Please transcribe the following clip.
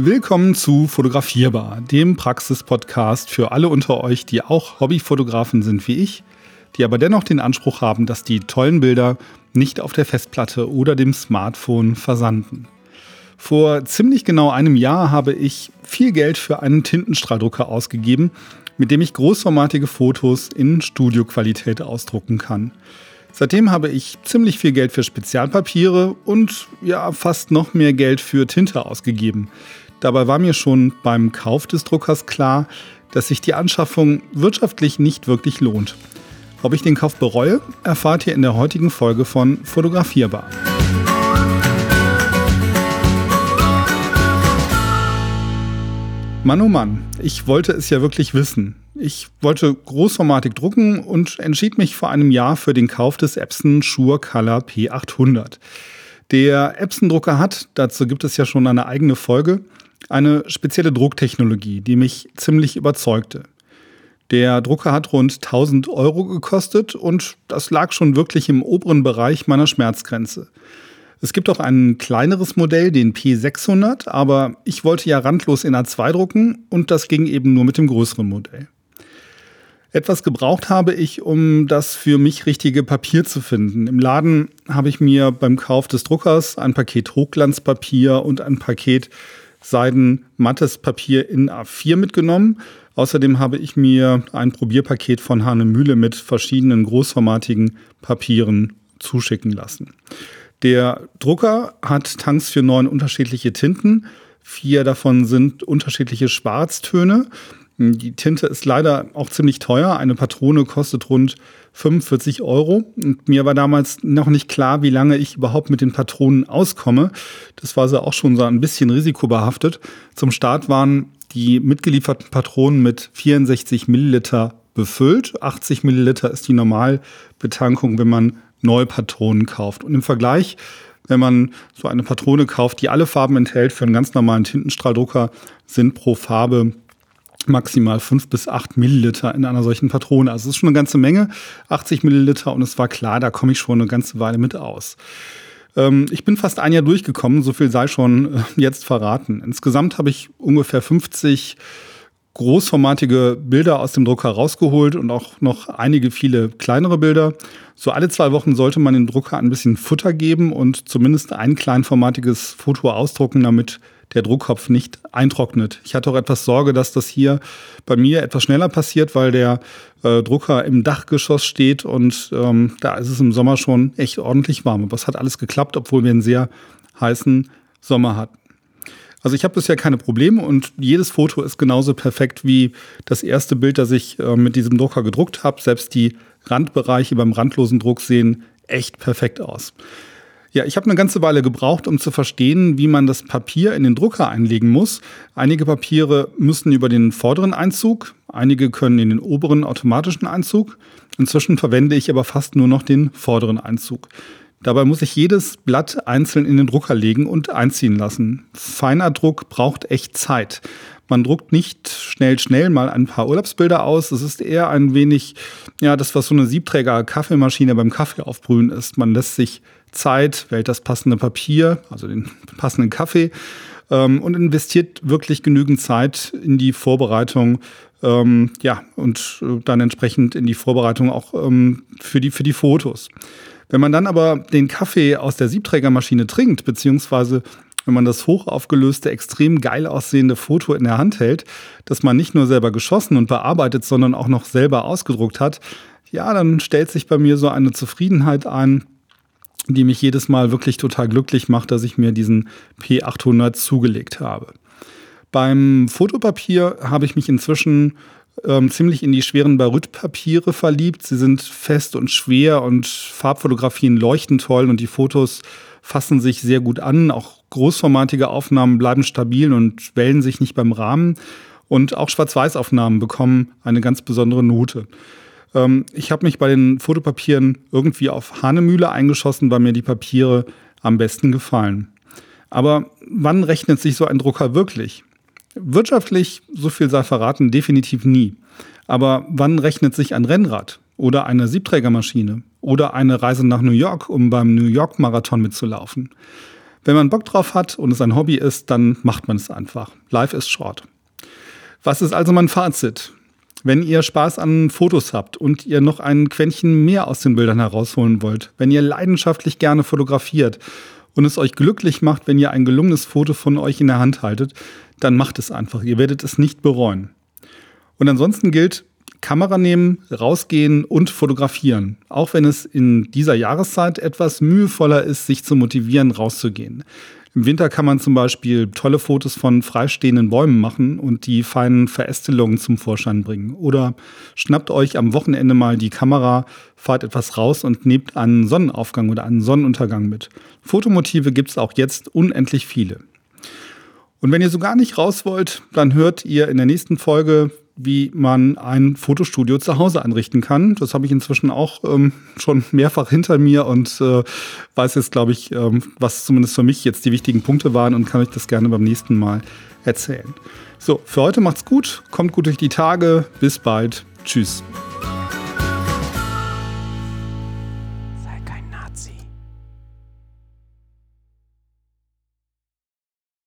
Willkommen zu Fotografierbar, dem Praxis-Podcast für alle unter euch, die auch Hobbyfotografen sind wie ich, die aber dennoch den Anspruch haben, dass die tollen Bilder nicht auf der Festplatte oder dem Smartphone versanden. Vor ziemlich genau einem Jahr habe ich viel Geld für einen Tintenstrahldrucker ausgegeben, mit dem ich großformatige Fotos in Studioqualität ausdrucken kann. Seitdem habe ich ziemlich viel Geld für Spezialpapiere und fast noch mehr Geld für Tinte ausgegeben. Dabei war mir schon beim Kauf des Druckers klar, dass sich die Anschaffung wirtschaftlich nicht wirklich lohnt. Ob ich den Kauf bereue, erfahrt ihr in der heutigen Folge von Fotografierbar. Mann, oh Mann, ich wollte es ja wirklich wissen. Ich wollte großformatig drucken und entschied mich vor einem Jahr für den Kauf des Epson SureColor P800. Der Epson-Drucker hat, dazu gibt es ja schon eine eigene Folge, eine spezielle Drucktechnologie, die mich ziemlich überzeugte. Der Drucker hat rund 1.000 Euro gekostet und das lag schon wirklich im oberen Bereich meiner Schmerzgrenze. Es gibt auch ein kleineres Modell, den P600, aber ich wollte ja randlos in A2 drucken und das ging eben nur mit dem größeren Modell. Etwas gebraucht habe ich, um das für mich richtige Papier zu finden. Im Laden habe ich mir beim Kauf des Druckers ein Paket Hochglanzpapier und ein Paket Seidenmattes Papier in A4 mitgenommen. Außerdem habe ich mir ein Probierpaket von Hahnemühle mit verschiedenen großformatigen Papieren zuschicken lassen. Der Drucker hat Tanks für 9 unterschiedliche Tinten. 4 davon sind unterschiedliche Schwarztöne. Die Tinte ist leider auch ziemlich teuer. Eine Patrone kostet rund 45 Euro. Und mir war damals noch nicht klar, wie lange ich überhaupt mit den Patronen auskomme. Das war so auch schon so ein bisschen risikobehaftet. Zum Start waren die mitgelieferten Patronen mit 64 Milliliter befüllt. 80 Milliliter ist die Normalbetankung, wenn man neue Patronen kauft. Und im Vergleich, wenn man so eine Patrone kauft, die alle Farben enthält, für einen ganz normalen Tintenstrahldrucker sind pro Farbe maximal 5 bis 8 Milliliter in einer solchen Patrone. Also es ist schon eine ganze Menge, 80 Milliliter, und es war klar, da komme ich schon eine ganze Weile mit aus. Ich bin fast ein Jahr durchgekommen, so viel sei schon jetzt verraten. Insgesamt habe ich ungefähr 50 großformatige Bilder aus dem Drucker rausgeholt und auch noch viele kleinere Bilder. So alle 2 Wochen sollte man dem Drucker ein bisschen Futter geben und zumindest ein kleinformatiges Foto ausdrucken, damit der Druckkopf nicht eintrocknet. Ich hatte auch etwas Sorge, dass das hier bei mir etwas schneller passiert, weil der Drucker im Dachgeschoss steht und da ist es im Sommer schon echt ordentlich warm. Aber es hat alles geklappt, obwohl wir einen sehr heißen Sommer hatten. Also ich habe bisher keine Probleme und jedes Foto ist genauso perfekt wie das erste Bild, das ich mit diesem Drucker gedruckt habe. Selbst die Randbereiche beim randlosen Druck sehen echt perfekt aus. Ja, ich habe eine ganze Weile gebraucht, um zu verstehen, wie man das Papier in den Drucker einlegen muss. Einige Papiere müssen über den vorderen Einzug, einige können in den oberen automatischen Einzug. Inzwischen verwende ich aber fast nur noch den vorderen Einzug. Dabei muss ich jedes Blatt einzeln in den Drucker legen und einziehen lassen. Feiner Druck braucht echt Zeit. Man druckt nicht schnell mal ein paar Urlaubsbilder aus. Es ist eher ein wenig, das, was so eine Siebträger-Kaffeemaschine beim Kaffee aufbrühen ist. Man lässt sich Zeit, wählt das passende Papier, also den passenden Kaffee, und investiert wirklich genügend Zeit in die Vorbereitung, und dann entsprechend in die Vorbereitung auch für die Fotos. Wenn man dann aber den Kaffee aus der Siebträgermaschine trinkt, beziehungsweise wenn man das hochaufgelöste, extrem geil aussehende Foto in der Hand hält, das man nicht nur selber geschossen und bearbeitet, sondern auch noch selber ausgedruckt hat, dann stellt sich bei mir so eine Zufriedenheit ein, die mich jedes Mal wirklich total glücklich macht, dass ich mir diesen P800 zugelegt habe. Beim Fotopapier habe ich mich inzwischen ziemlich in die schweren Barytpapiere verliebt. Sie sind fest und schwer und Farbfotografien leuchten toll und die Fotos fassen sich sehr gut an. Auch großformatige Aufnahmen bleiben stabil und wellen sich nicht beim Rahmen. Und auch Schwarz-Weiß-Aufnahmen bekommen eine ganz besondere Note. Ich habe mich bei den Fotopapieren irgendwie auf Hahnemühle eingeschossen, weil mir die Papiere am besten gefallen. Aber wann rechnet sich so ein Drucker wirklich? Wirtschaftlich, so viel sei verraten, definitiv nie. Aber wann rechnet sich ein Rennrad oder eine Siebträgermaschine oder eine Reise nach New York, um beim New York Marathon mitzulaufen? Wenn man Bock drauf hat und es ein Hobby ist, dann macht man es einfach. Life is short. Was ist also mein Fazit? Wenn ihr Spaß an Fotos habt und ihr noch ein Quäntchen mehr aus den Bildern herausholen wollt, wenn ihr leidenschaftlich gerne fotografiert und es euch glücklich macht, wenn ihr ein gelungenes Foto von euch in der Hand haltet, dann macht es einfach. Ihr werdet es nicht bereuen. Und ansonsten gilt, Kamera nehmen, rausgehen und fotografieren. Auch wenn es in dieser Jahreszeit etwas mühevoller ist, sich zu motivieren, rauszugehen. Im Winter kann man zum Beispiel tolle Fotos von freistehenden Bäumen machen und die feinen Verästelungen zum Vorschein bringen. Oder schnappt euch am Wochenende mal die Kamera, fahrt etwas raus und nehmt einen Sonnenaufgang oder einen Sonnenuntergang mit. Fotomotive gibt es auch jetzt unendlich viele. Und wenn ihr so gar nicht raus wollt, dann hört ihr in der nächsten Folge, wie man ein Fotostudio zu Hause einrichten kann. Das habe ich inzwischen auch schon mehrfach hinter mir und weiß jetzt, glaube ich, was zumindest für mich jetzt die wichtigen Punkte waren und kann euch das gerne beim nächsten Mal erzählen. So, für heute macht's gut, kommt gut durch die Tage, bis bald, tschüss.